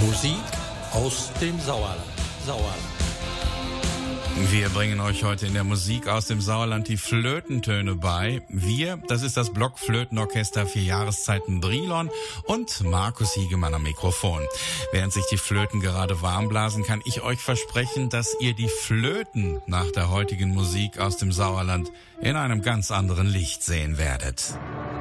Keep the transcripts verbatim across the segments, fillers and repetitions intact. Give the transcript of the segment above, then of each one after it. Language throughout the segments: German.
Musik aus dem Sauerland. Sauerland. Wir bringen euch heute in der Musik aus dem Sauerland die Flötentöne bei. Wir, das ist das Blockflötenorchester Vier Jahreszeiten Brilon und Markus Hiegemann am Mikrofon. Während sich die Flöten gerade warm blasen, kann ich euch versprechen, dass ihr die Flöten nach der heutigen Musik aus dem Sauerland in einem ganz anderen Licht sehen werdet.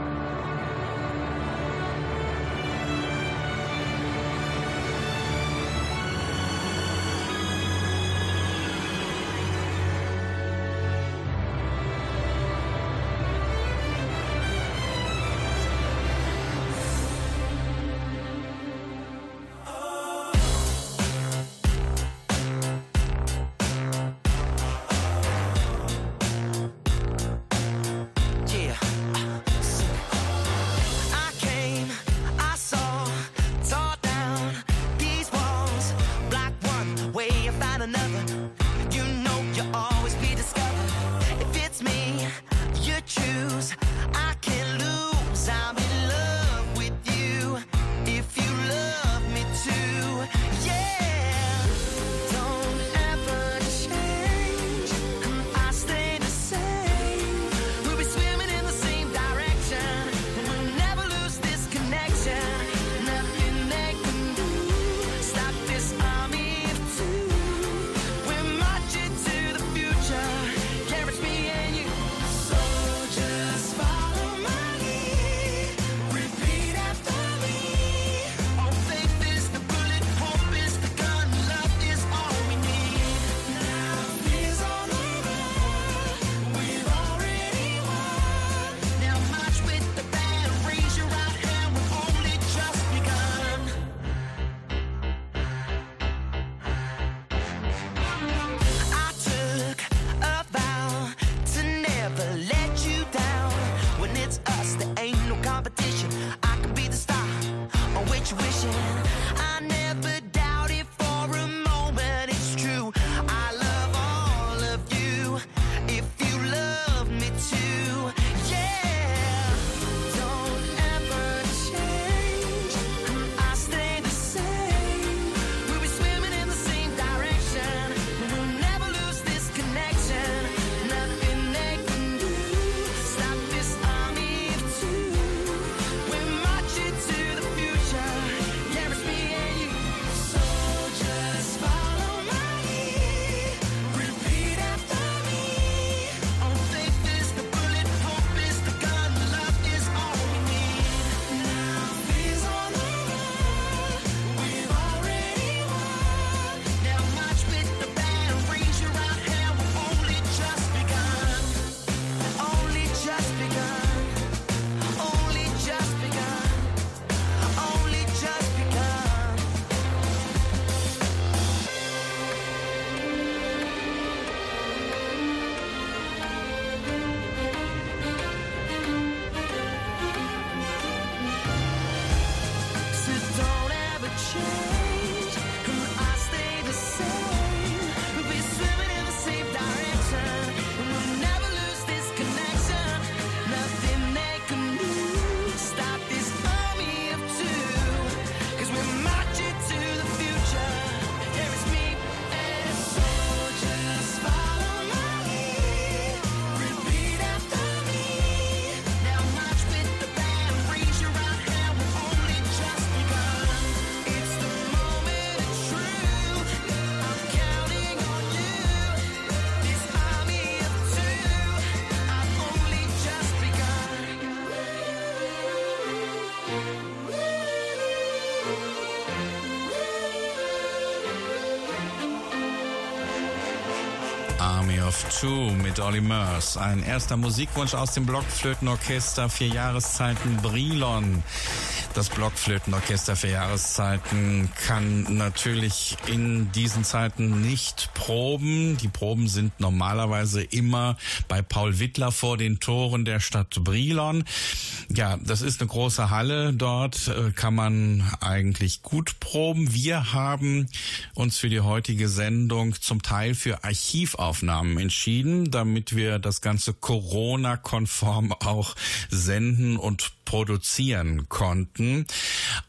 Army of Two mit Olly Murs. Ein erster Musikwunsch aus dem Blockflötenorchester Vier Jahreszeiten Brilon. Das Blockflötenorchester Vier Jahreszeiten kann natürlich in diesen Zeiten nicht proben. Die Proben sind normalerweise immer bei Paul Wittler vor den Toren der Stadt Brilon. Ja, das ist eine große Halle. Dort kann man eigentlich gut proben. Wir haben uns für die heutige Sendung zum Teil für Archivaufnahmen entschieden, damit wir das Ganze Corona-konform auch senden und produzieren konnten.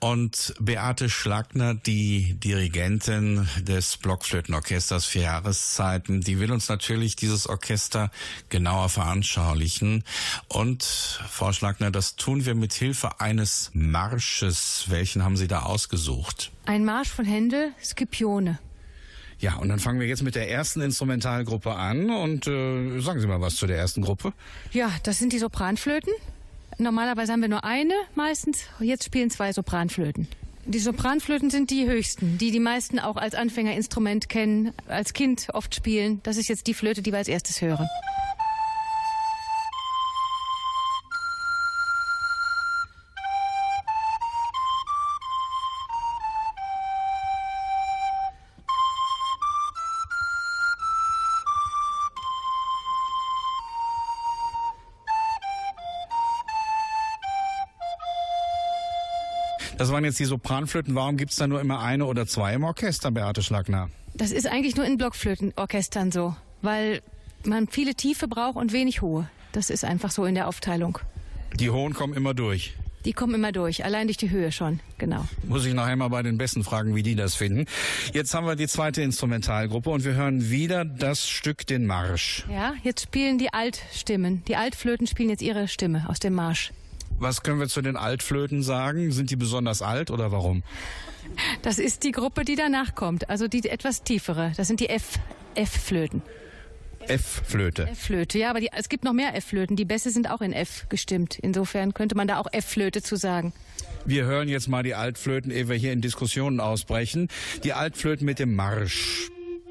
Und Beate Schlagner, die Dirigentin des Blockflötenorchesters Vier Jahreszeiten, die will uns natürlich dieses Orchester genauer veranschaulichen. Und Frau Schlagner, das tun wir mit Hilfe eines Marsches. Welchen haben Sie da ausgesucht? Ein Marsch von Händel, Scipione. Ja, und dann fangen wir jetzt mit der ersten Instrumentalgruppe an. Und äh, sagen Sie mal was zu der ersten Gruppe. Ja, das sind die Sopranflöten. Normalerweise haben wir nur eine meistens. Jetzt spielen zwei Sopranflöten. Die Sopranflöten sind die höchsten, die die meisten auch als Anfängerinstrument kennen, als Kind oft spielen. Das ist jetzt die Flöte, die wir als erstes hören. Das waren jetzt die Sopranflöten. Warum gibt es da nur immer eine oder zwei im Orchester, Beate Schlagner? Das ist eigentlich nur in Blockflötenorchestern so, weil man viele Tiefe braucht und wenig Hohe. Das ist einfach so in der Aufteilung. Die Hohen kommen immer durch. Die kommen immer durch, allein durch die Höhe schon, genau. Muss ich nachher mal bei den Besten fragen, wie die das finden. Jetzt haben wir die zweite Instrumentalgruppe und wir hören wieder das Stück, den Marsch. Ja, jetzt spielen die Altstimmen. Die Altflöten spielen jetzt ihre Stimme aus dem Marsch. Was können wir zu den Altflöten sagen? Sind die besonders alt oder warum? Das ist die Gruppe, die danach kommt, also die etwas tiefere. Das sind die F, F-Flöten. F-Flöte. F-Flöte, ja, aber die, es gibt noch mehr F-Flöten. Die Bässe sind auch in F gestimmt. Insofern könnte man da auch F-Flöte zu sagen. Wir hören jetzt mal die Altflöten, ehe wir hier in Diskussionen ausbrechen. Die Altflöten mit dem Marsch.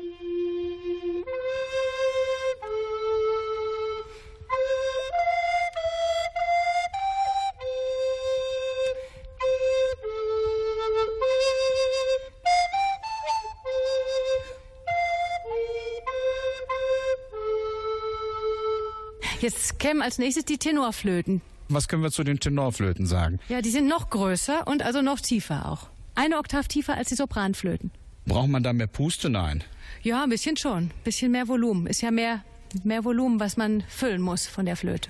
Jetzt kämen als nächstes die Tenorflöten. Was können wir zu den Tenorflöten sagen? Ja, die sind noch größer und also noch tiefer auch. Eine Oktav tiefer als die Sopranflöten. Braucht man da mehr Puste? Nein. Ja, ein bisschen schon. Ein bisschen mehr Volumen. Ist ja mehr, mehr Volumen, was man füllen muss von der Flöte.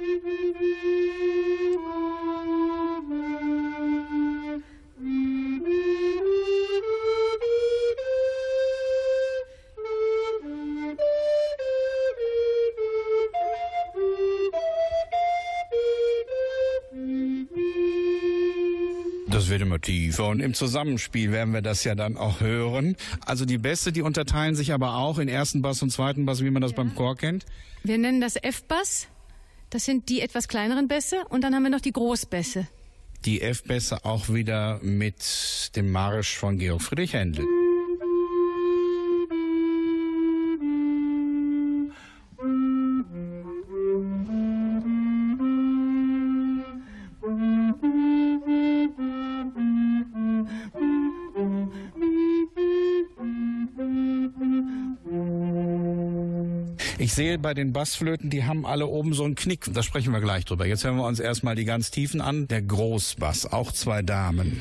Das wird immer tiefer und im Zusammenspiel werden wir das ja dann auch hören. Also die Bässe, die unterteilen sich aber auch in ersten Bass und zweiten Bass, wie man das ja. beim Chor kennt. Wir nennen das F-Bass. Das sind die etwas kleineren Bässe und dann haben wir noch die Großbässe. Die F-Bässe auch wieder mit dem Marsch von Georg Friedrich Händel. Ich sehe bei den Bassflöten, die haben alle oben so einen Knick. Da sprechen wir gleich drüber. Jetzt hören wir uns erstmal die ganz tiefen an. Der Großbass, auch zwei Damen.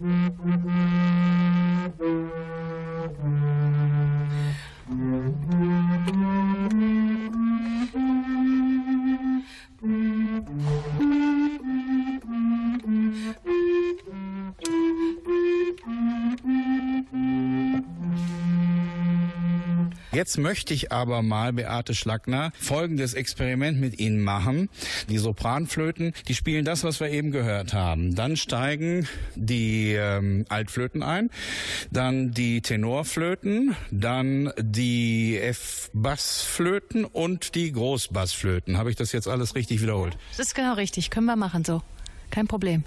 Jetzt möchte ich aber mal, Beate Schlagner, folgendes Experiment mit Ihnen machen. Die Sopranflöten, die spielen das, was wir eben gehört haben. Dann steigen die ähm, Altflöten ein, dann die Tenorflöten, dann die F-Bassflöten und die Großbassflöten. Habe ich das jetzt alles richtig wiederholt? Das ist genau richtig. Können wir machen so. Kein Problem.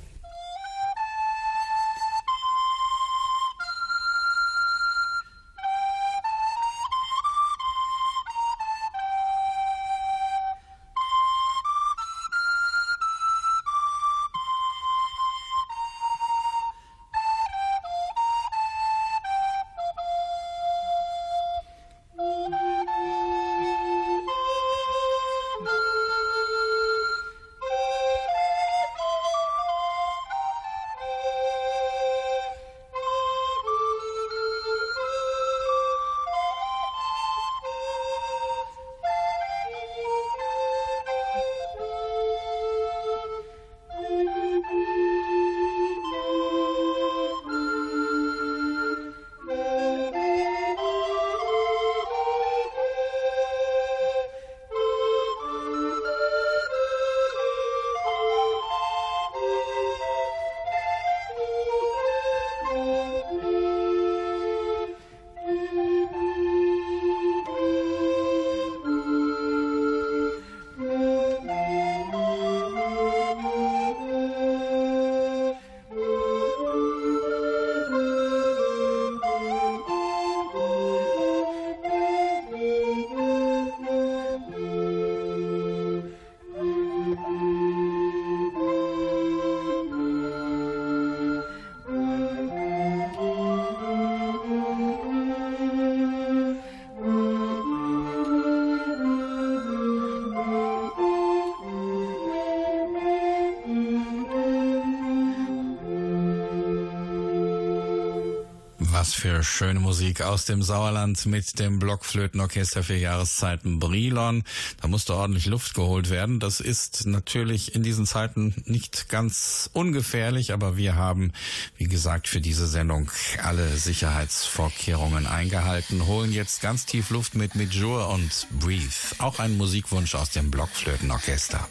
Was für schöne Musik aus dem Sauerland mit dem Blockflötenorchester für Jahreszeiten Brilon. Da musste ordentlich Luft geholt werden. Das ist natürlich in diesen Zeiten nicht ganz ungefährlich, aber wir haben, wie gesagt, für diese Sendung alle Sicherheitsvorkehrungen eingehalten. Holen jetzt ganz tief Luft mit Midjour und Breathe. Auch ein Musikwunsch aus dem Blockflötenorchester.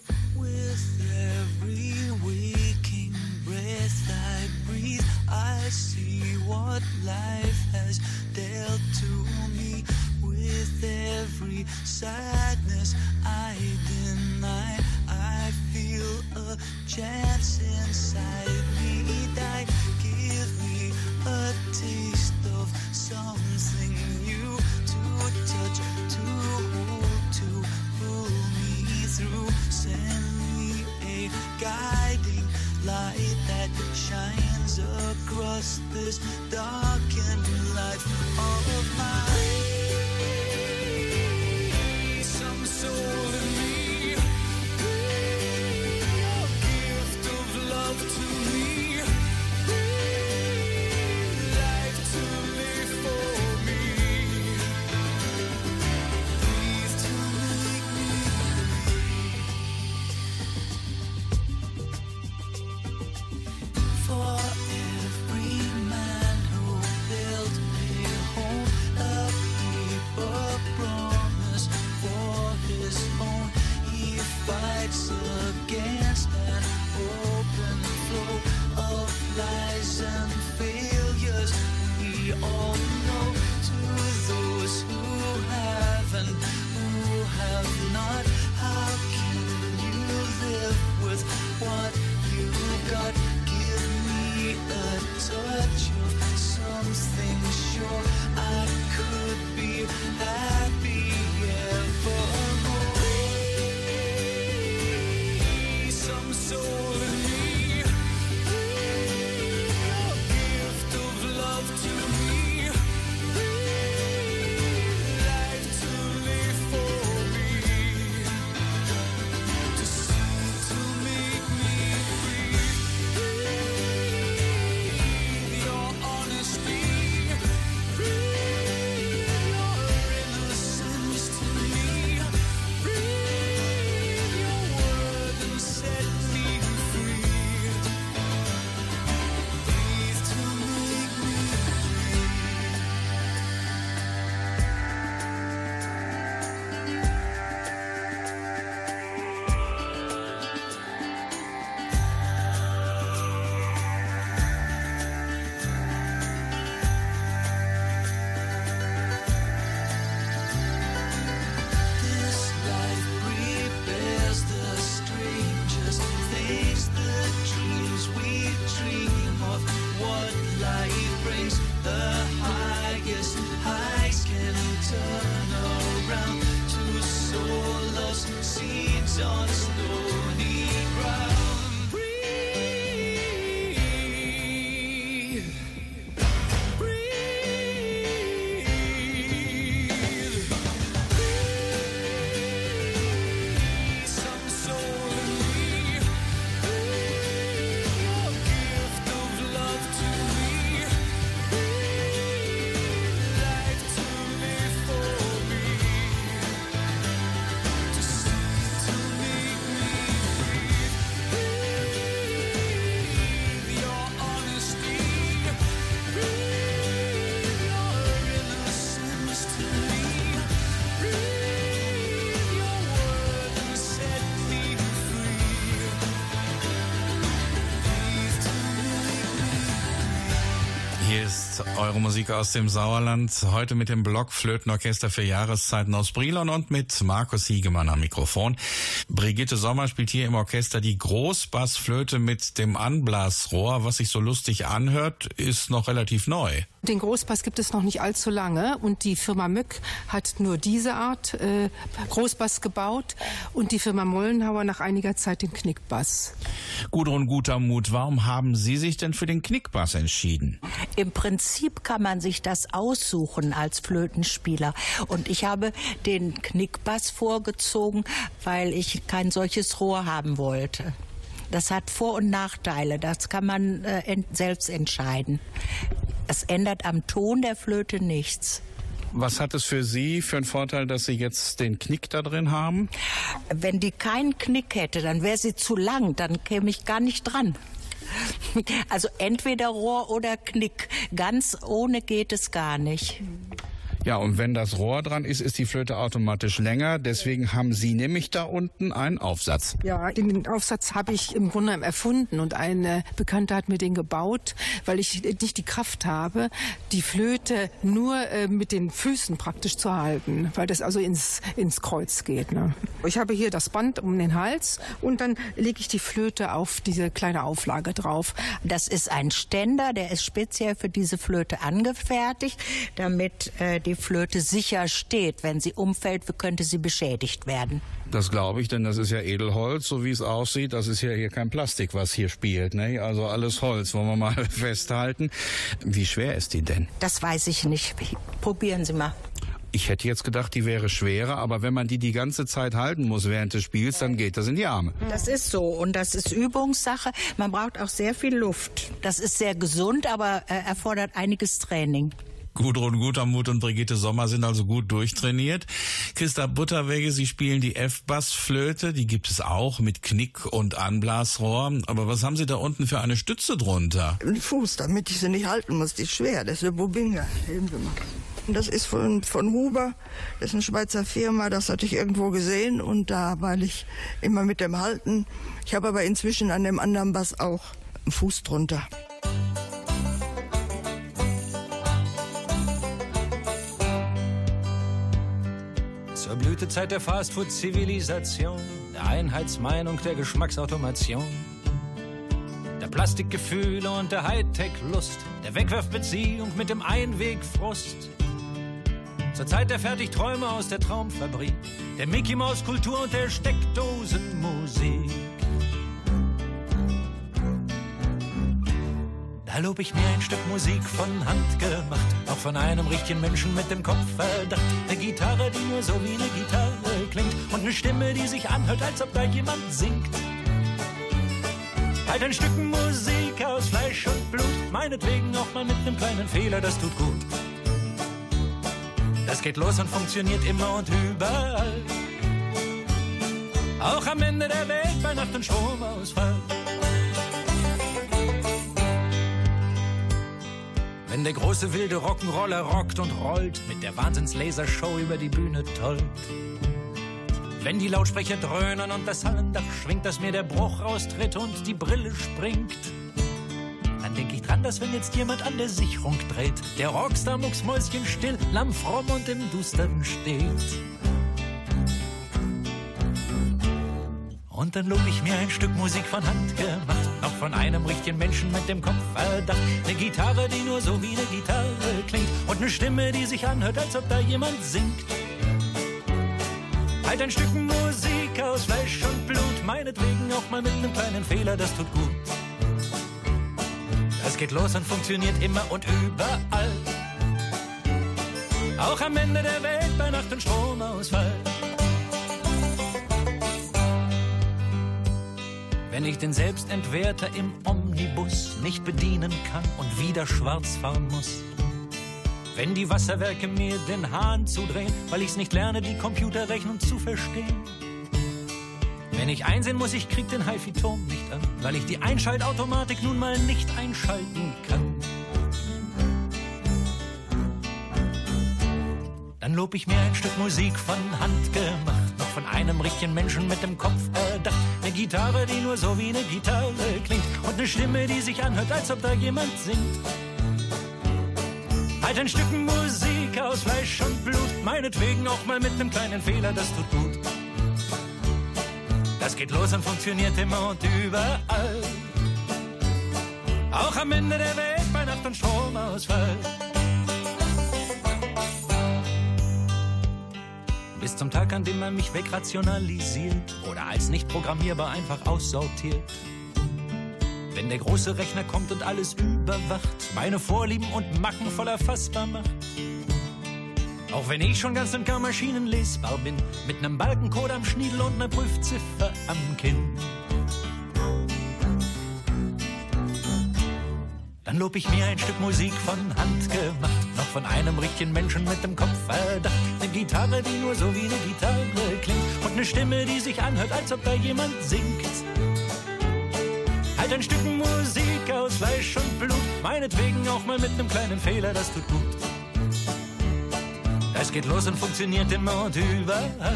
What life has dealt to me. With every sadness I deny, I feel a chance inside me die. Give me a taste of something new to touch, to hold, to pull me through. Send me a guiding light that shines across this darkened life of mine. Some soul in me, a gift of love to me, life to live for me, breathe to make me breathe. For every man who built a home, a paper promise for his own, he fights against an open flow of lies and failures. We all know, to those who have and who have not, how can you live with what you got? Give me a touch of something sure I could be happy evermore. Some soul in me, a gift of love to me, life to live for me, to see, to make me breathe. Your honesty, breathe. Your innocence to me, breathe. Your word and set me free. Breathe to make me breathe. This life prepares the strangest things, the dreams we dream of. What life brings, the highest heights can turn around to sow lost seeds on stony ground. Breathe, breathe. Some soul in me, a gift of love to me, life to live for me, to see, to make me breathe. Your honesty, breathe. Your innocence to me, breathe. Your word and set me free. Breathe to make me. Hier ist eure Musik aus dem Sauerland, heute mit dem Blockflötenorchester für Jahreszeiten aus Brilon und mit Markus Hiegemann am Mikrofon. Brigitte Sommer spielt hier im Orchester die Großbassflöte mit dem Anblasrohr. Was sich so lustig anhört, ist noch relativ neu. Den Großbass gibt es noch nicht allzu lange und die Firma Mück hat nur diese Art äh, Großbass gebaut und die Firma Mollenhauer nach einiger Zeit den Knickbass. Gudrun Gutermuth, warum haben Sie sich denn für den Knickbass entschieden? Im Prinzip kann man sich das aussuchen als Flötenspieler. Und ich habe den Knickbass vorgezogen, weil ich kein solches Rohr haben wollte. Das hat Vor- und Nachteile, das kann man äh, ent- selbst entscheiden. Das ändert am Ton der Flöte nichts. Was hat es für Sie für einen Vorteil, dass Sie jetzt den Knick da drin haben? Wenn die keinen Knick hätte, dann wäre sie zu lang, dann käme ich gar nicht dran. Also entweder Rohr oder Knick. Ganz ohne geht es gar nicht. Ja, und wenn das Rohr dran ist, ist die Flöte automatisch länger. Deswegen haben Sie nämlich da unten einen Aufsatz. Ja, den Aufsatz habe ich im Grunde genommen erfunden und eine Bekannte hat mir den gebaut, weil ich nicht die Kraft habe, die Flöte nur äh, mit den Füßen praktisch zu halten, weil das also ins, ins Kreuz geht. Ne? Ich habe hier das Band um den Hals und dann lege ich die Flöte auf diese kleine Auflage drauf. Das ist ein Ständer, der ist speziell für diese Flöte angefertigt, damit äh, die Flöte sicher steht. Wenn sie umfällt, könnte sie beschädigt werden. Das glaube ich, denn das ist ja Edelholz, so wie es aussieht. Das ist ja hier kein Plastik, was hier spielt, ne? Also alles Holz, wollen wir mal festhalten. Wie schwer ist die denn? Das weiß ich nicht. Probieren Sie mal. Ich hätte jetzt gedacht, die wäre schwerer, aber wenn man die die ganze Zeit halten muss während des Spiels, dann geht das in die Arme. Das ist so und das ist Übungssache. Man braucht auch sehr viel Luft. Das ist sehr gesund, aber äh, erfordert einiges Training. Gudrun Gutermuth und Brigitte Sommer sind also gut durchtrainiert. Christa Butterwege, Sie spielen die F-Bass-Flöte, die gibt es auch mit Knick und Anblasrohr. Aber was haben Sie da unten für eine Stütze drunter? Ein Fuß, damit ich sie nicht halten muss, die ist schwer, das ist eine Bobinga. Und das ist von, von Huber, das ist eine Schweizer Firma, das hatte ich irgendwo gesehen und da, weil ich immer mit dem halten. Ich habe aber inzwischen an dem anderen Bass auch einen Fuß drunter. Zur Blütezeit der Fastfood-Zivilisation, der Einheitsmeinung der Geschmacksautomation, der Plastikgefühle und der Hightech-Lust, der Wegwerfbeziehung mit dem Einwegfrust. Zur Zeit der Fertigträume aus der Traumfabrik, der Mickey-Maus-Kultur und der Steckdosenmusik. Da lob ich mir ein Stück Musik von Hand gemacht, auch von einem richtigen Menschen mit dem Kopfverdacht. Eine Gitarre, die nur so wie eine Gitarre klingt und eine Stimme, die sich anhört, als ob da jemand singt. Halt ein Stück Musik aus Fleisch und Blut, meinetwegen auch mal mit einem kleinen Fehler, das tut gut. Das geht los und funktioniert immer und überall, auch am Ende der Welt bei Nacht- und Stromausfall. Wenn der große wilde Rock'n'Roller rockt und rollt, mit der Wahnsinns-Lasershow über die Bühne tollt. Wenn die Lautsprecher dröhnen und das Hallendach schwingt, dass mir der Bruch raustritt und die Brille springt, dann denk ich dran, dass wenn jetzt jemand an der Sicherung dreht, der Rockstar mucksmäuschen still, lammfromm und im Dustern steht. Und dann lob ich mir ein Stück Musik von Hand gemacht, noch von einem richtigen Menschen mit dem Kopfverdacht. Eine Gitarre, die nur so wie eine Gitarre klingt und eine Stimme, die sich anhört, als ob da jemand singt. Halt ein Stück Musik aus Fleisch und Blut, meinetwegen auch mal mit einem kleinen Fehler, das tut gut. Das geht los und funktioniert immer und überall, auch am Ende der Welt bei Nacht- und Stromausfall. Wenn ich den Selbstentwerter im Omnibus nicht bedienen kann und wieder schwarz fahren muss. Wenn die Wasserwerke mir den Hahn zudrehen, weil ich's nicht lerne, die Computerrechnung zu verstehen. Wenn ich einsehen muss, ich krieg den HiFi-Turm nicht an, weil ich die Einschaltautomatik nun mal nicht einschalten kann. Dann lob ich mir ein Stück Musik von Hand gemacht, noch von einem richtigen Menschen mit dem Kopfverdacht. Eine Gitarre, die nur so wie eine Gitarre klingt und eine Stimme, die sich anhört, als ob da jemand singt. Halt ein Stück Musik aus Fleisch und Blut, meinetwegen auch mal mit einem kleinen Fehler, das tut gut. Das geht los und funktioniert immer und überall, auch am Ende der Welt bei Nacht- und Stromausfall. Bis zum Tag, an dem man mich wegrationalisiert oder als nicht programmierbar einfach aussortiert. Wenn der große Rechner kommt und alles überwacht, meine Vorlieben und Macken voll erfassbar macht. Auch wenn ich schon ganz und gar maschinenlesbar bin, mit nem Balkencode am Schniedel und ner Prüfziffer am Kinn. Dann lob ich mir ein Stück Musik von Hand gemacht, noch von einem richtigen Menschen mit dem Kopfverdacht. Eine Gitarre, die nur so wie eine Gitarre klingt und eine Stimme, die sich anhört, als ob da jemand singt. Halt ein Stück Musik aus Fleisch und Blut, meinetwegen auch mal mit einem kleinen Fehler, das tut gut. Es geht los und funktioniert immer und überall,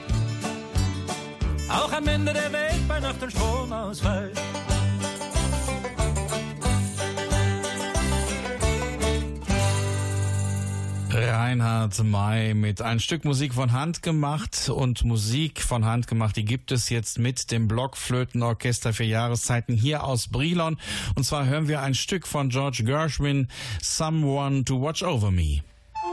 auch am Ende der Welt bei Nacht- und Stromausfall. Reinhard May mit ein Stück Musik von Hand gemacht, und Musik von Hand gemacht, die gibt es jetzt mit dem Blockflötenorchester für Jahreszeiten hier aus Brilon. Und zwar hören wir ein Stück von George Gershwin, Someone to Watch Over Me.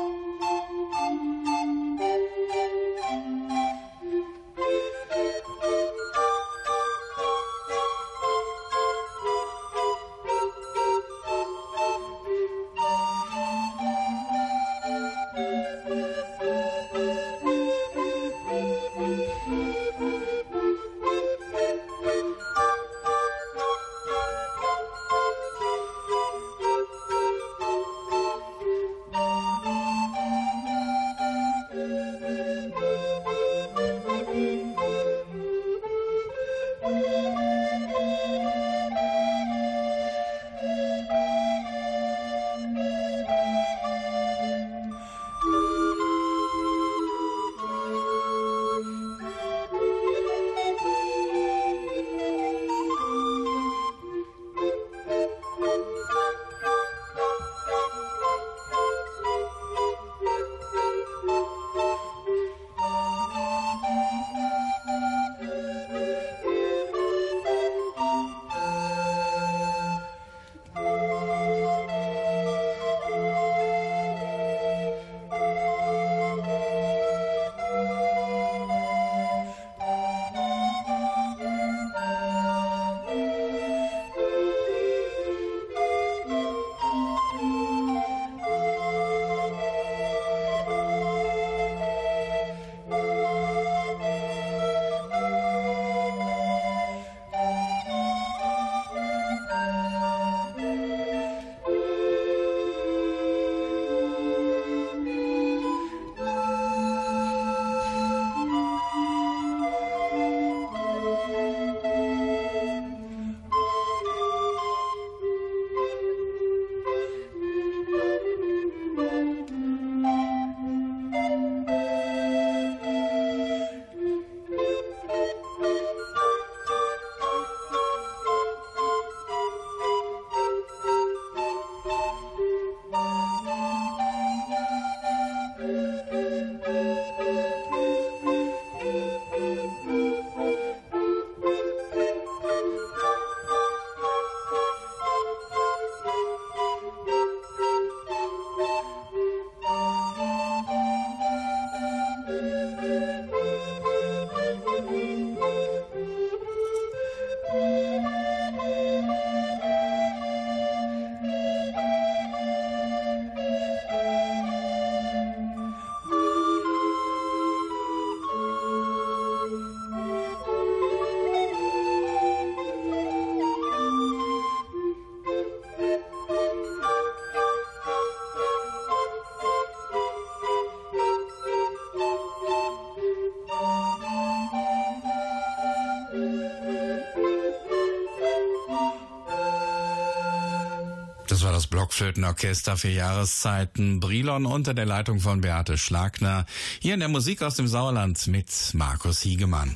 Das war das Blockflötenorchester für Jahreszeiten Brilon unter der Leitung von Beate Schlagner. Hier in der Musik aus dem Sauerland mit Markus Hiegemann.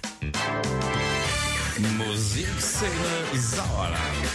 Musikszene Sauerland.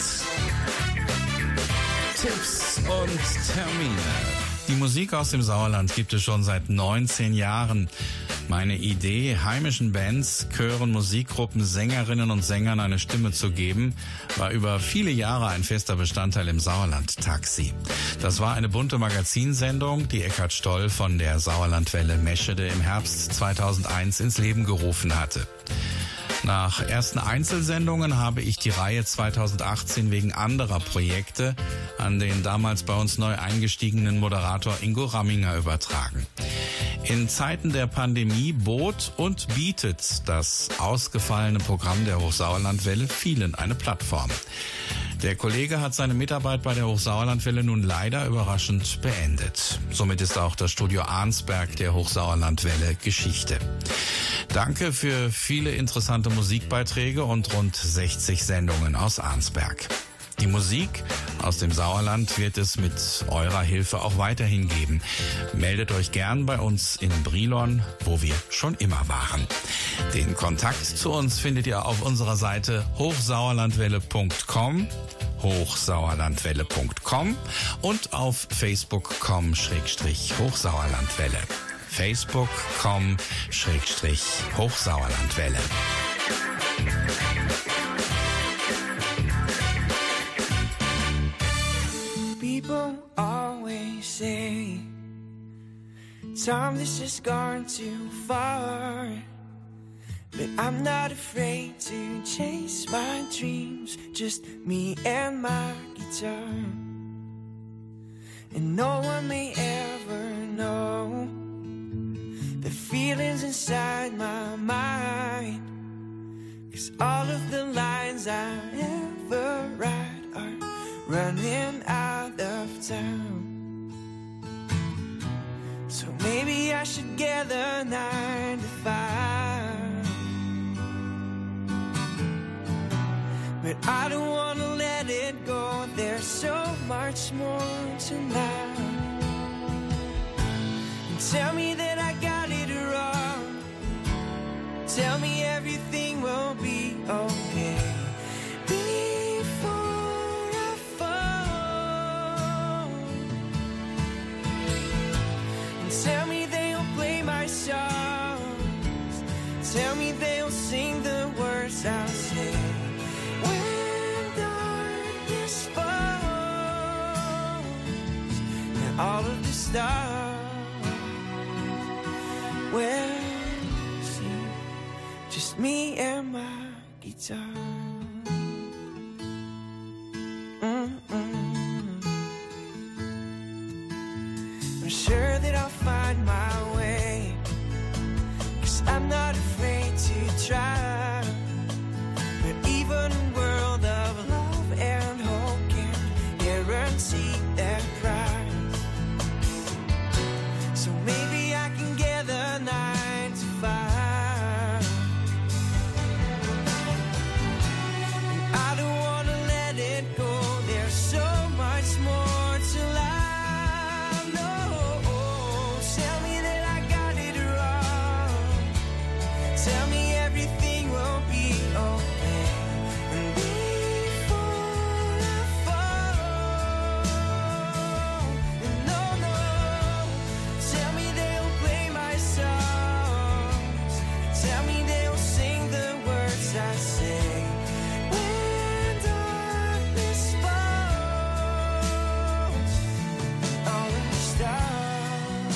Tipps und Termine. Die Musik aus dem Sauerland gibt es schon seit neunzehn Jahren. Meine Idee, heimischen Bands, Chören, Musikgruppen, Sängerinnen und Sängern eine Stimme zu geben, war über viele Jahre ein fester Bestandteil im Sauerland-Taxi. Das war eine bunte Magazinsendung, die Eckhard Stoll von der Sauerlandwelle Meschede im Herbst zweitausendeins ins Leben gerufen hatte. Nach ersten Einzelsendungen habe ich die Reihe zweitausendachtzehn wegen anderer Projekte an den damals bei uns neu eingestiegenen Moderator Ingo Ramminger übertragen. In Zeiten der Pandemie bot und bietet das ausgefallene Programm der Hochsauerlandwelle vielen eine Plattform. Der Kollege hat seine Mitarbeit bei der Hochsauerlandwelle nun leider überraschend beendet. Somit ist auch das Studio Arnsberg der Hochsauerlandwelle Geschichte. Danke für viele interessante Musikbeiträge und rund sechzig Sendungen aus Arnsberg. Die Musik aus dem Sauerland wird es mit eurer Hilfe auch weiterhin geben. Meldet euch gern bei uns in Brilon, wo wir schon immer waren. Den Kontakt zu uns findet ihr auf unserer Seite hochsauerlandwelle punkt com, hochsauerlandwelle punkt com und auf facebook punkt com Schrägstrich Hochsauerlandwelle. facebook punkt com Schrägstrich Hochsauerlandwelle. People always say, Tom, this has gone too far. But I'm not afraid to chase my dreams, just me and my guitar. And no one may ever know the feelings inside my mind, 'cause all of the lines I ever write are running out of town. So maybe I should get a nine to five, but I don't wanna let it go. There's so much more to life. And tell me that I got it wrong. Tell me everything will be okay. Tell me they'll play my songs. Tell me they'll sing the words I'll say. When darkness falls and all of the stars will see just me and my guitar. I'm sure that I'll find my way, 'cause I'm not afraid to try. But even a world of love and hope can't guarantee that prize. So maybe I can get a nine to five, and I don't wanna let it go. There's so much more to life. Tell me everything will be okay. And before I fall, no, no, tell me they'll play my songs. Tell me they'll sing the words I say. When darkness falls, all of the stars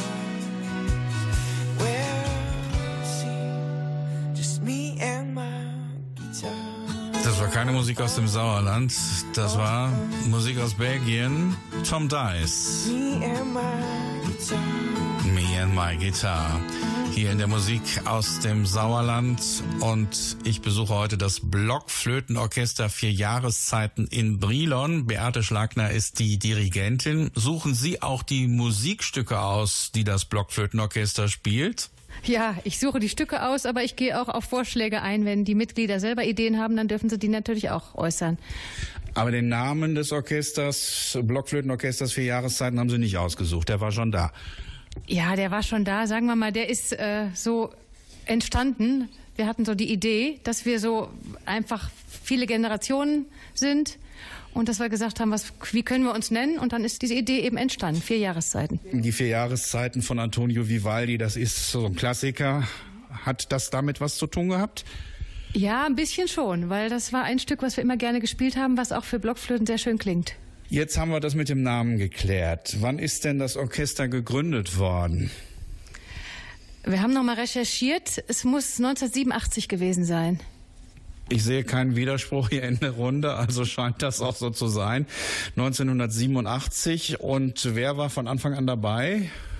will see me and my guitar. Das war keine Musik aus dem Sauerland, das war Musik aus Belgien. Tom Dice. Me and my guitar. Me and my guitar. Hier in der Musik aus dem Sauerland, und ich besuche heute das Blockflötenorchester Vier Jahreszeiten in Brilon. Beate Schlagner ist die Dirigentin. Suchen Sie auch die Musikstücke aus, die das Blockflötenorchester spielt? Ja, ich suche die Stücke aus, aber ich gehe auch auf Vorschläge ein. Wenn die Mitglieder selber Ideen haben, dann dürfen sie die natürlich auch äußern. Aber den Namen des Orchesters, Blockflötenorchesters Vier Jahreszeiten, haben Sie nicht ausgesucht. Der war schon da. Ja, der war schon da. Sagen wir mal, der ist äh, so entstanden. Wir hatten so die Idee, dass wir so einfach viele Generationen sind. Und dass wir gesagt haben, was, wie können wir uns nennen? Und dann ist diese Idee eben entstanden, Vier Jahreszeiten. Die Vier Jahreszeiten von Antonio Vivaldi, das ist so ein Klassiker. Hat das damit was zu tun gehabt? Ja, ein bisschen schon, weil das war ein Stück, was wir immer gerne gespielt haben, was auch für Blockflöten sehr schön klingt. Jetzt haben wir das mit dem Namen geklärt. Wann ist denn das Orchester gegründet worden? Wir haben nochmal recherchiert. Es muss neunzehnhundertsiebenundachtzig gewesen sein. Ich sehe keinen Widerspruch hier in der Runde, also scheint das auch so zu sein. neunzehnhundertsiebenundachtzig. Und wer war von Anfang an dabei?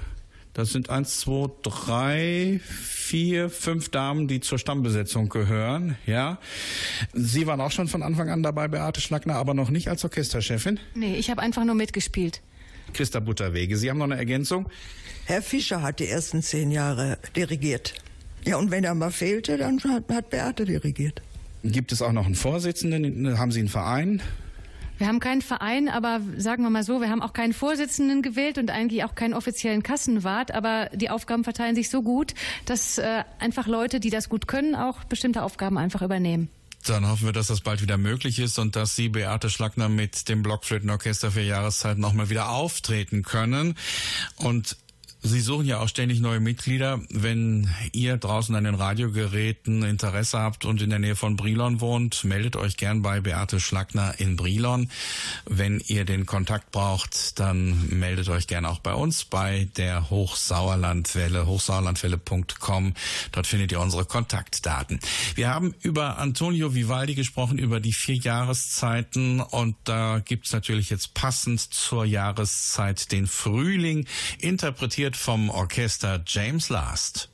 Das sind eins, zwei, drei, vier, fünf Damen, die zur Stammbesetzung gehören. Ja, Sie waren auch schon von Anfang an dabei, Beate Schlackner, aber noch nicht als Orchesterchefin? Nee, ich habe einfach nur mitgespielt. Christa Butterwege, Sie haben noch eine Ergänzung? Herr Fischer hat die ersten zehn Jahre dirigiert. Ja, und wenn er mal fehlte, dann hat, hat Beate dirigiert. Gibt es auch noch einen Vorsitzenden? Haben Sie einen Verein? Wir haben keinen Verein, aber sagen wir mal so, wir haben auch keinen Vorsitzenden gewählt und eigentlich auch keinen offiziellen Kassenwart, aber die Aufgaben verteilen sich so gut, dass äh, einfach Leute, die das gut können, auch bestimmte Aufgaben einfach übernehmen. Dann hoffen wir, dass das bald wieder möglich ist und dass Sie, Beate Schlackner, mit dem Blockflötenorchester für Jahreszeiten auch mal wieder auftreten können. Und Sie suchen ja auch ständig neue Mitglieder. Wenn ihr draußen an den Radiogeräten Interesse habt und in der Nähe von Brilon wohnt, meldet euch gern bei Beate Schlackner in Brilon. Wenn ihr den Kontakt braucht, dann meldet euch gern auch bei uns bei der Hochsauerlandwelle, hochsauerlandwelle punkt com. Dort findet ihr unsere Kontaktdaten. Wir haben über Antonio Vivaldi gesprochen, über die vier Jahreszeiten, und da gibt's natürlich jetzt passend zur Jahreszeit den Frühling, interpretiert vom Orchester James Last.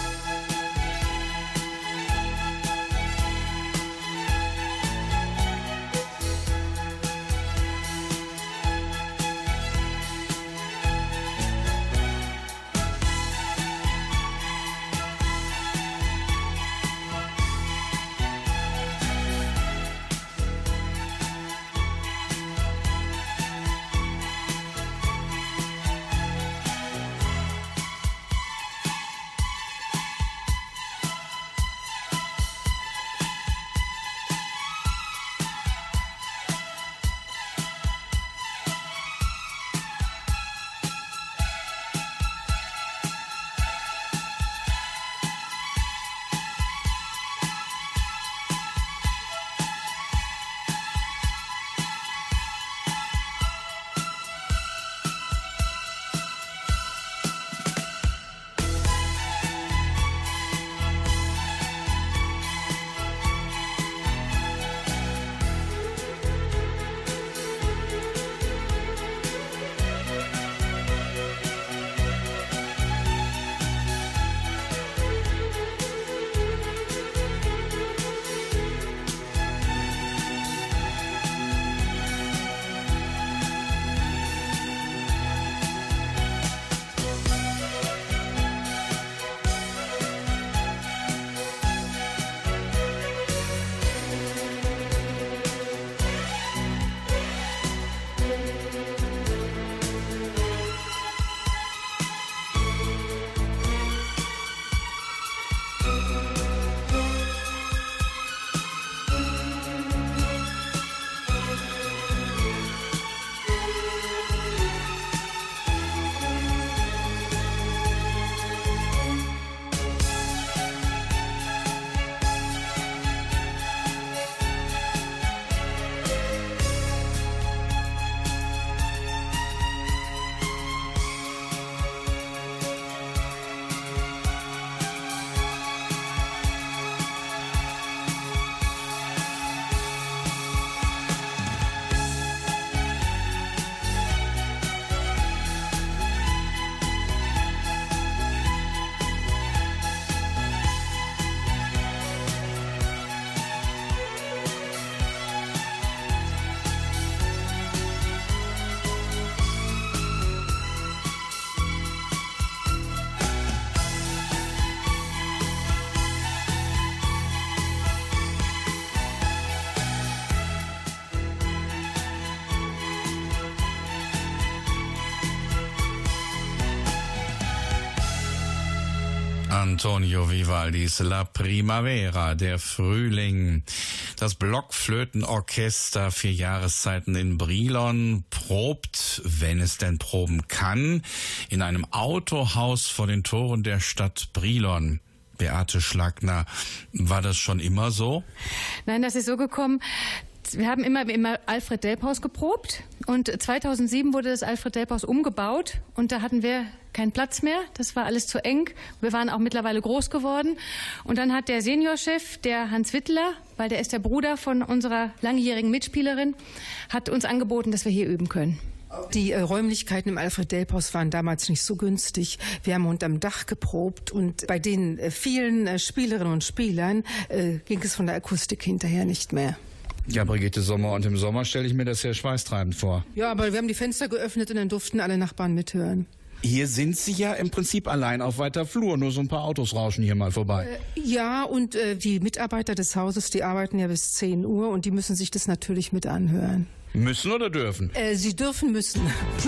Antonio Vivaldis La Primavera, der Frühling. Das Blockflötenorchester vier Jahreszeiten in Brilon probt, wenn es denn proben kann, in einem Autohaus vor den Toren der Stadt Brilon. Beate Schlackner, war das schon immer so? Nein, das ist so gekommen. Wir haben immer im Alfred Delp-Haus geprobt und zweitausendsieben wurde das Alfred Delp-Haus umgebaut und da hatten wir keinen Platz mehr. Das war alles zu eng. Wir waren auch mittlerweile groß geworden. Und dann hat der Seniorchef, der Hans Wittler, weil der ist der Bruder von unserer langjährigen Mitspielerin, hat uns angeboten, dass wir hier üben können. Die äh, Räumlichkeiten im Alfred-Delp-Haus waren damals nicht so günstig. Wir haben unterm Dach geprobt und bei den äh, vielen äh, Spielerinnen und Spielern äh, ging es von der Akustik hinterher nicht mehr. Ja, Brigitte Sommer, und im Sommer stelle ich mir das sehr schweißtreibend vor. Ja, aber wir haben die Fenster geöffnet und dann durften alle Nachbarn mithören. Hier sind Sie ja im Prinzip allein auf weiter Flur, nur so ein paar Autos rauschen hier mal vorbei. Äh, ja, und äh, die Mitarbeiter des Hauses, die arbeiten ja bis zehn Uhr und die müssen sich das natürlich mit anhören. Müssen oder dürfen? Äh, sie dürfen müssen.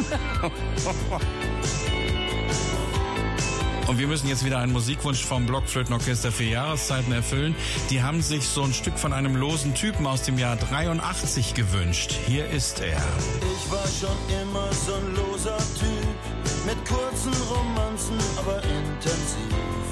Und wir müssen jetzt wieder einen Musikwunsch vom Blockflötenorchester für Jahreszeiten erfüllen. Die haben sich so ein Stück von einem losen Typen aus dem Jahr dreiundachtzig gewünscht. Hier ist er. Ich war schon immer so ein loser Typ, mit kurzen Romanzen, aber intensiv.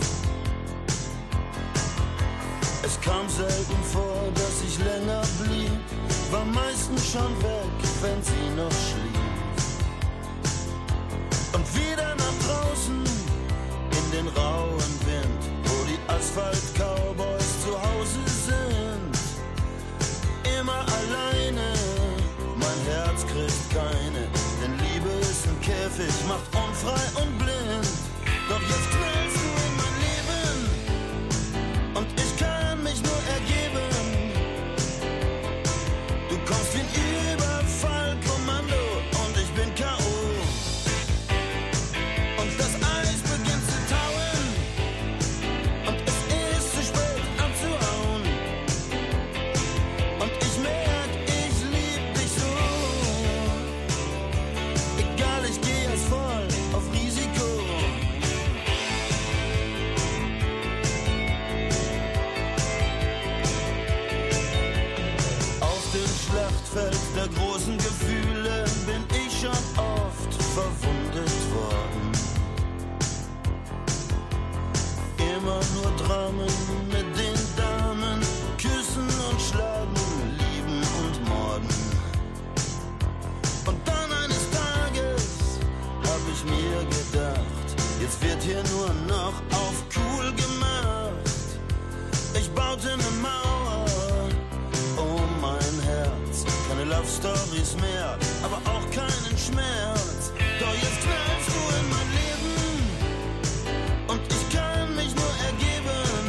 Es kam selten vor, dass ich länger blieb, war meistens schon weg, wenn sie noch schlief. Und wieder nach draußen in den rauen Wind, wo die Asphalt-Cowboys zu Hause sind. Immer alleine, mein Herz kriegt keine, denn Liebe ist ein Käfig, macht unfrei und blind. Doch jetzt knallst du in mein Leben und ich kann mich nur ergeben. Du kommst wie ein Überfallkommando und ich bin K O. Und das Eis beginnt zu tauen und es ist zu spät abzuhauen. Und ich merk, ich lieb dich so. Egal, ich geh jetzt voll auf Risiko. Auf dem Schlachtfeld der großen Gefühle bin ich schon oft verwundet worden. Immer nur Dramen mit den Damen, küssen und schlagen, lieben und morden. Und dann eines Tages hab ich mir gedacht, jetzt wird hier nur noch auf cool gemacht. Ich baute eine Mauer um mein Herz, keine Love Stories mehr, aber auch keinen Schmerz. Doch jetzt knallst du in mein Leben und ich kann mich nur ergeben.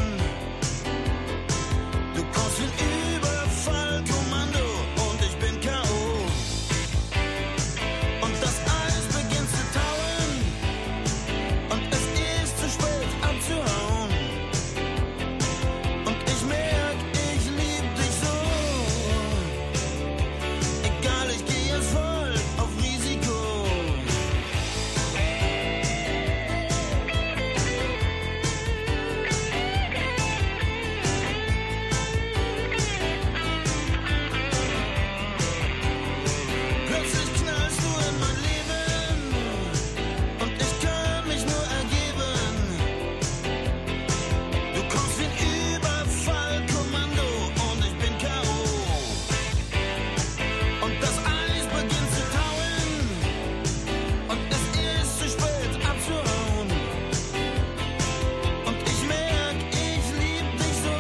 Du kommst wie ein Überfallkommando und ich bin K O. Und das Eis beginnt zu tauen und es ist zu spät abzuhauen. Und ich merk, ich lieb dich so. Egal, ich geh jetzt voll auf Risiko. Plötzlich knallst du in mein Leben und ich kann mich nur ergeben. Du kommst wie ein Überfallkommando und ich bin K O. Und das Eis beginnt zu tauen und es ist zu spät abzuhauen. Und ich merk, ich lieb dich so.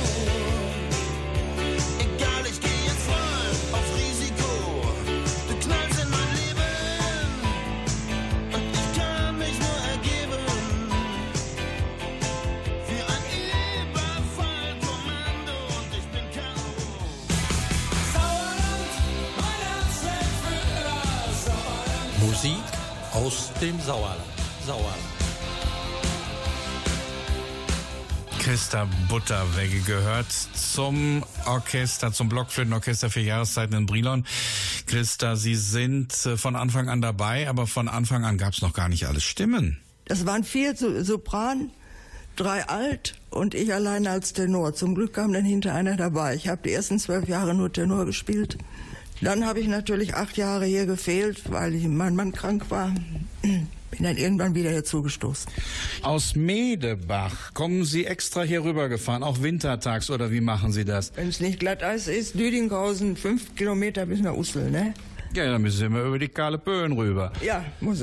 Egal, ich geh jetzt voll auf Risiko. Du knallst in mein Leben und ich kann mich nur ergeben. Wie ein Überfallkommando und ich bin K O. Musik aus dem Sauerland. Sauerland. Christa Butterwegge gehört zum Orchester, zum Blockflötenorchester für Jahreszeiten in Brilon. Christa, Sie sind äh, von Anfang an dabei, aber von Anfang an gab es noch gar nicht alles Stimmen. Das waren vier So- Sopran, drei Alt und ich alleine als Tenor. Zum Glück kam dann hinter einer dabei. Ich habe die ersten zwölf Jahre nur Tenor gespielt. Dann habe ich natürlich acht Jahre hier gefehlt, weil ich, mein Mann krank war. Bin dann irgendwann wieder hier zugestoßen. Aus Medebach kommen Sie extra hier rübergefahren, auch wintertags, oder wie machen Sie das? Wenn es nicht Glatteis ist, Düdinghausen, fünf Kilometer bis nach Ussel, ne? Ja, dann müssen Sie immer über die kahle Böen rüber. Ja, muss ich.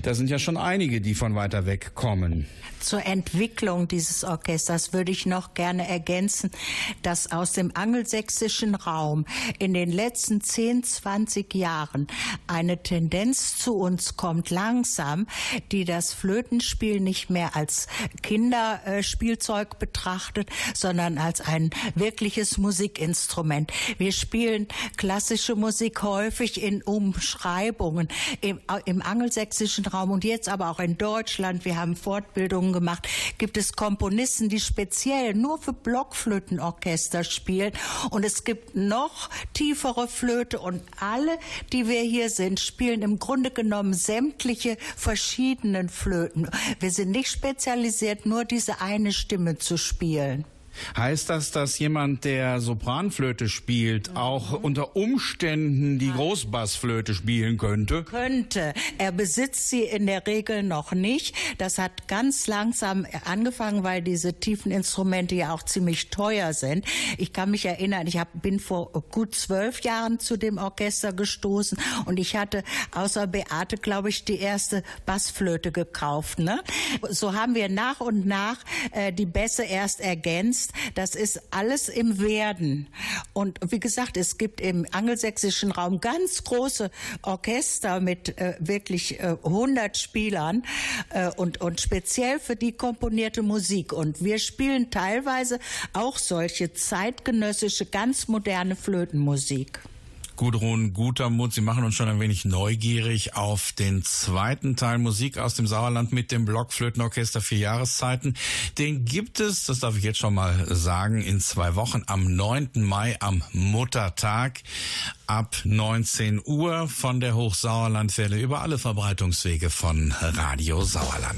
Da sind ja schon einige, die von weiter weg kommen. Zur Entwicklung dieses Orchesters würde ich noch gerne ergänzen, dass aus dem angelsächsischen Raum in den letzten zehn, zwanzig Jahren eine Tendenz zu uns kommt, langsam, die das Flötenspiel nicht mehr als Kinderspielzeug betrachtet, sondern als ein wirkliches Musikinstrument. Wir spielen klassische Musik häufig in Umschreibungen im, im angelsächsischen Raum und jetzt aber auch in Deutschland. Wir haben Fortbildungen gemacht, gibt es Komponisten, die speziell nur für Blockflötenorchester spielen, und es gibt noch tiefere Flöte, und alle, die wir hier sind, spielen im Grunde genommen sämtliche verschiedenen Flöten. Wir sind nicht spezialisiert, nur diese eine Stimme zu spielen. Heißt das, dass jemand, der Sopranflöte spielt, auch unter Umständen die Großbassflöte spielen könnte? Könnte. Er besitzt sie in der Regel noch nicht. Das hat ganz langsam angefangen, weil diese tiefen Instrumente ja auch ziemlich teuer sind. Ich kann mich erinnern, ich hab, bin vor gut zwölf Jahren zu dem Orchester gestoßen, und ich hatte außer Beate, glaube ich, die erste Bassflöte gekauft. Ne? So haben wir nach und nach äh, die Bässe erst ergänzt. Das ist alles im Werden. Und wie gesagt, es gibt im angelsächsischen Raum ganz große Orchester mit äh, wirklich äh, hundert Spielern äh, und, und speziell für die komponierte Musik. Und wir spielen teilweise auch solche zeitgenössische, ganz moderne Flötenmusik. Gudrun Gutermuth, Sie machen uns schon ein wenig neugierig auf den zweiten Teil Musik aus dem Sauerland mit dem Blockflötenorchester Vier Jahreszeiten. Den gibt es, das darf ich jetzt schon mal sagen, in zwei Wochen am neunten Mai, am Muttertag, ab neunzehn Uhr von der Hochsauerlandwelle über alle Verbreitungswege von Radio Sauerland.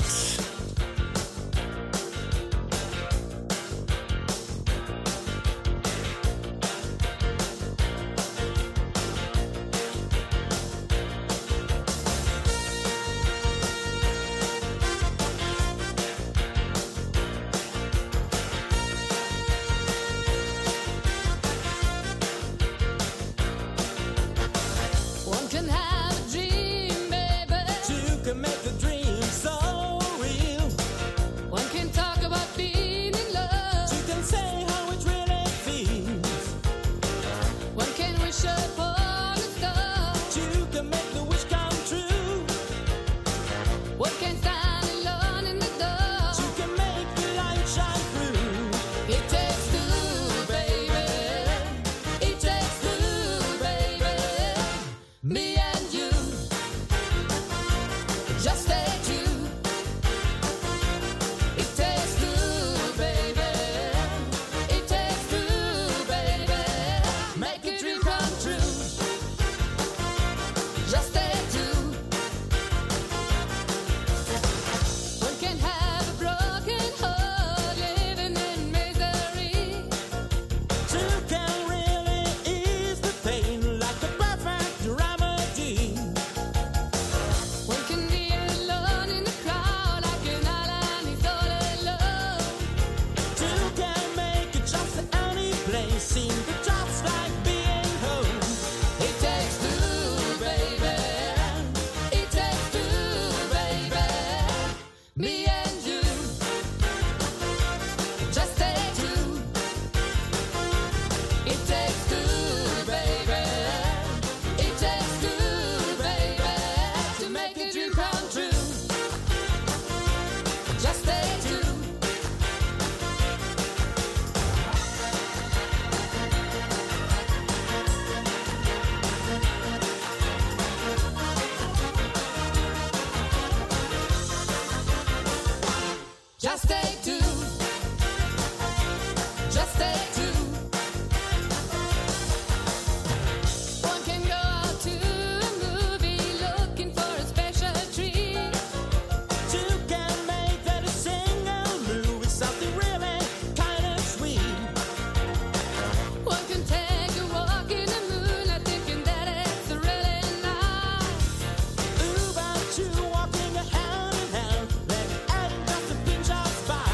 Two walking hand in hand, let adding just a pinch of spice.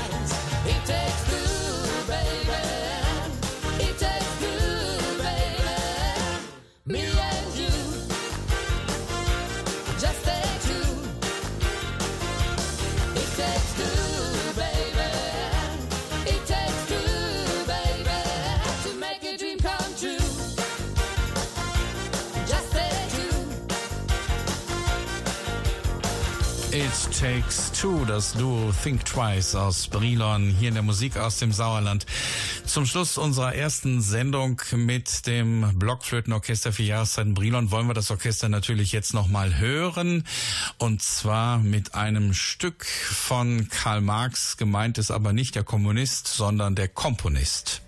It Takes Two, das Duo Think Twice aus Brilon, hier in der Musik aus dem Sauerland. Zum Schluss unserer ersten Sendung mit dem Blockflötenorchester für Jahreszeiten Brilon wollen wir das Orchester natürlich jetzt nochmal hören. Und zwar mit einem Stück von Karl Marx. Gemeint ist aber nicht der Kommunist, sondern der Komponist.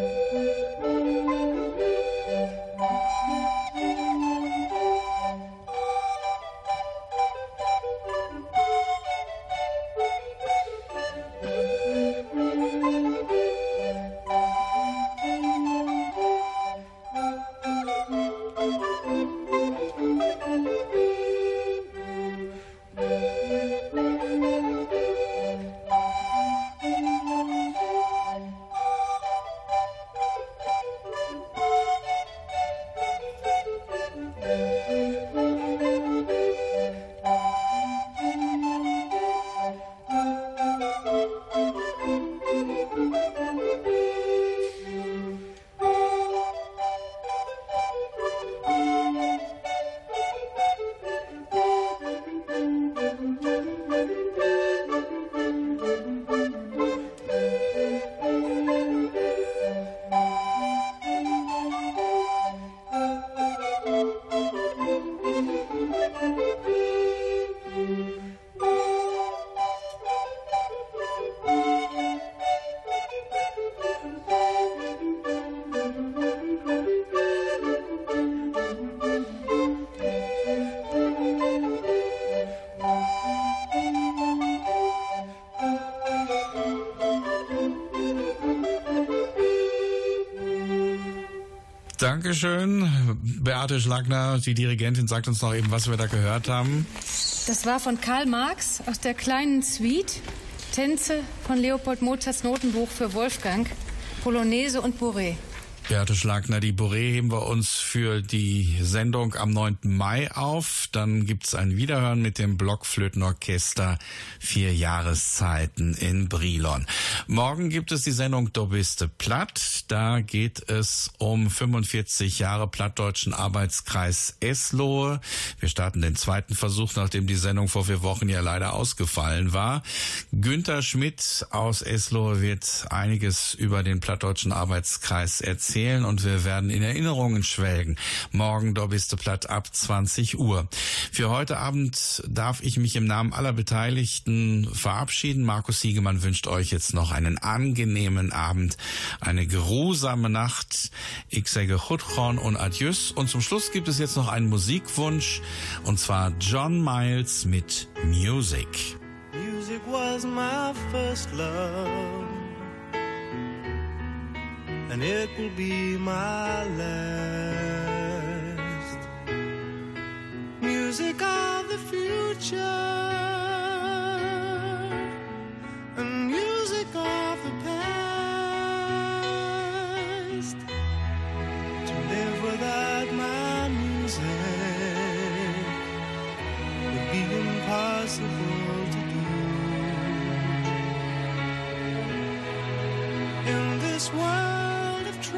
Dankeschön. Beate Schlagner, die Dirigentin, sagt uns noch eben, was wir da gehört haben. Das war von Karl Marx aus der kleinen Suite. Tänze von Leopold Mozarts Notenbuch für Wolfgang, Polonaise und Bourrée. Beate Schlagner, die Bourrée heben wir uns für die Sendung am neunten Mai auf. Dann gibt's ein Wiederhören mit dem Blockflötenorchester Vier Jahreszeiten in Brilon. Morgen gibt es die Sendung Do biste platt. Da geht es um fünfundvierzig Jahre Plattdeutschen Arbeitskreis Eslohe. Wir starten den zweiten Versuch, nachdem die Sendung vor vier Wochen ja leider ausgefallen war. Günther Schmidt aus Eslohe wird einiges über den Plattdeutschen Arbeitskreis erzählen. Und wir werden in Erinnerungen schwelgen. Morgen Do biste platt ab zwanzig Uhr. Für heute Abend darf ich mich im Namen aller Beteiligten verabschieden. Markus Siegemann wünscht euch jetzt noch einen angenehmen Abend, eine geruhsame Nacht. Ich sage Chutron und Adieus. Und zum Schluss gibt es jetzt noch einen Musikwunsch, und zwar John Miles mit Music. Music was my first love, and it will be my last. Music of the future, and music of the past. To live without my music would be impossible to do. In this world of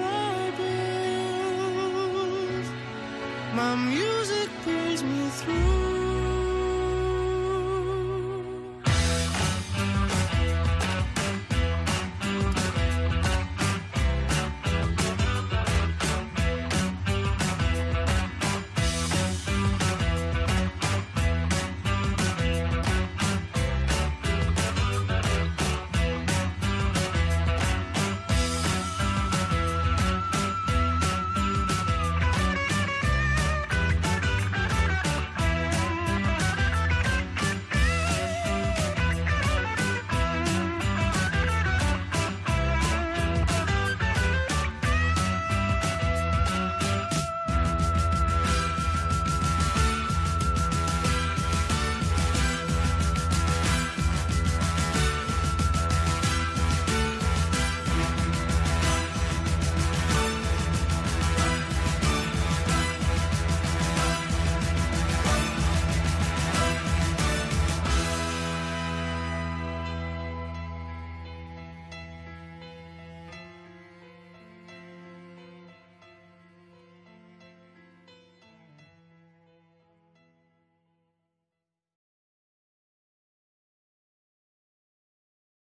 troubles, my music pulls me through.